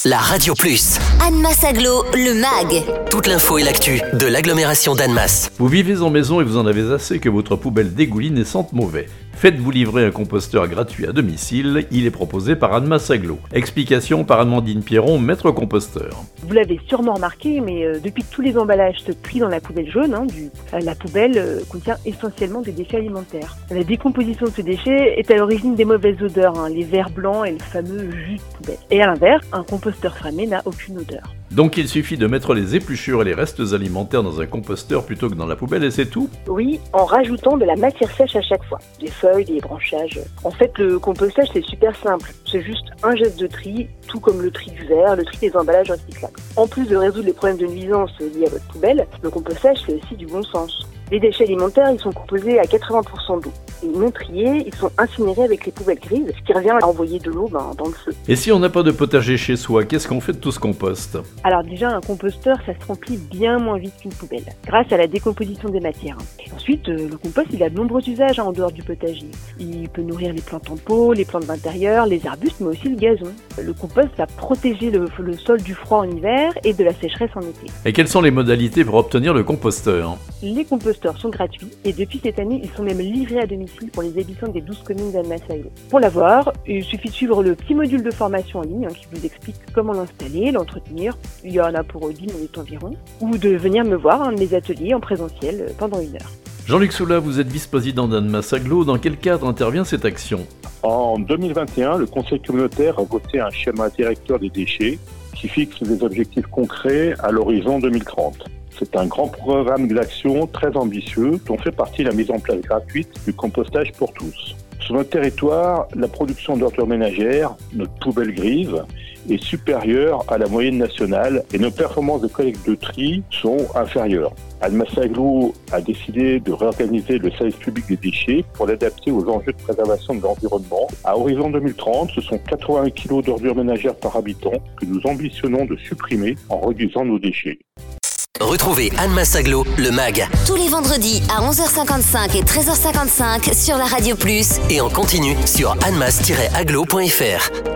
la Radio Plus. Annemasse Agglo, le MAG. Toute l'info et l'actu de l'agglomération d'Annemasse. Vous vivez en maison et vous en avez assez que votre poubelle dégouline et sente mauvais. Faites-vous livrer un composteur gratuit à domicile, il est proposé par Annemasse Agglo. Explication par Amandine Pierron, maître composteur. Vous l'avez sûrement remarqué, mais depuis que tous les emballages se plient dans la poubelle jaune, la poubelle contient essentiellement des déchets alimentaires. La décomposition de ces déchets est à l'origine des mauvaises odeurs, les vers blancs et le fameux jus de poubelle. Et à l'inverse, un composteur cramé n'a aucune odeur. Donc il suffit de mettre les épluchures et les restes alimentaires dans un composteur plutôt que dans la poubelle et c'est tout ? Oui, en rajoutant de la matière sèche à chaque fois. Des feuilles, des branchages. En fait, le compostage, c'est super simple. C'est juste un geste de tri, tout comme le tri du verre, le tri des emballages recyclables. En plus de résoudre les problèmes de nuisance liés à votre poubelle, le compostage, c'est aussi du bon sens. Les déchets alimentaires, ils sont composés à 80% d'eau. Et non triés, ils sont incinérés avec les poubelles grises, ce qui revient à envoyer de l'eau dans le feu. Et si on n'a pas de potager chez soi, qu'est-ce qu'on fait de tout ce compost ? Alors déjà, un composteur, ça se remplit bien moins vite qu'une poubelle, grâce à la décomposition des matières. Et ensuite, le compost, il a de nombreux usages en dehors du potager. Il peut nourrir les plantes en pot, les plantes d'intérieur, les arbustes, mais aussi le gazon. Le compost va protéger le sol du froid en hiver et de la sécheresse en été. Et quelles sont les modalités pour obtenir le composteur ? Les composteurs sont gratuits et depuis cette année, ils sont même livrés à domicile pour les habitants des 12 communes d'Annemasse Agglo. Pour l'avoir, il suffit de suivre le petit module de formation en ligne qui vous explique comment l'installer, l'entretenir, il y en a pour 10 minutes environ, ou de venir me voir à un de mes ateliers en présentiel pendant 1 heure. Jean-Luc Soula, vous êtes vice-président d'Annemasse Agglo. Dans quel cadre intervient cette action ? En 2021, le conseil communautaire a voté un schéma directeur des déchets qui fixe des objectifs concrets à l'horizon 2030. C'est un grand programme d'action très ambitieux dont fait partie la mise en place gratuite du compostage pour tous. Sur notre territoire, la production d'ordures ménagères, notre poubelle grise, est supérieure à la moyenne nationale et nos performances de collecte de tri sont inférieures. Annemasse Agglo a décidé de réorganiser le service public des déchets pour l'adapter aux enjeux de préservation de l'environnement. À horizon 2030, ce sont 81 kg d'ordures ménagères par habitant que nous ambitionnons de supprimer en réduisant nos déchets. Retrouvez Annemasse Agglo, le MAG. Tous les vendredis à 11h55 et 13h55 sur la Radio Plus. Et en continu sur annemasse-agglo.fr.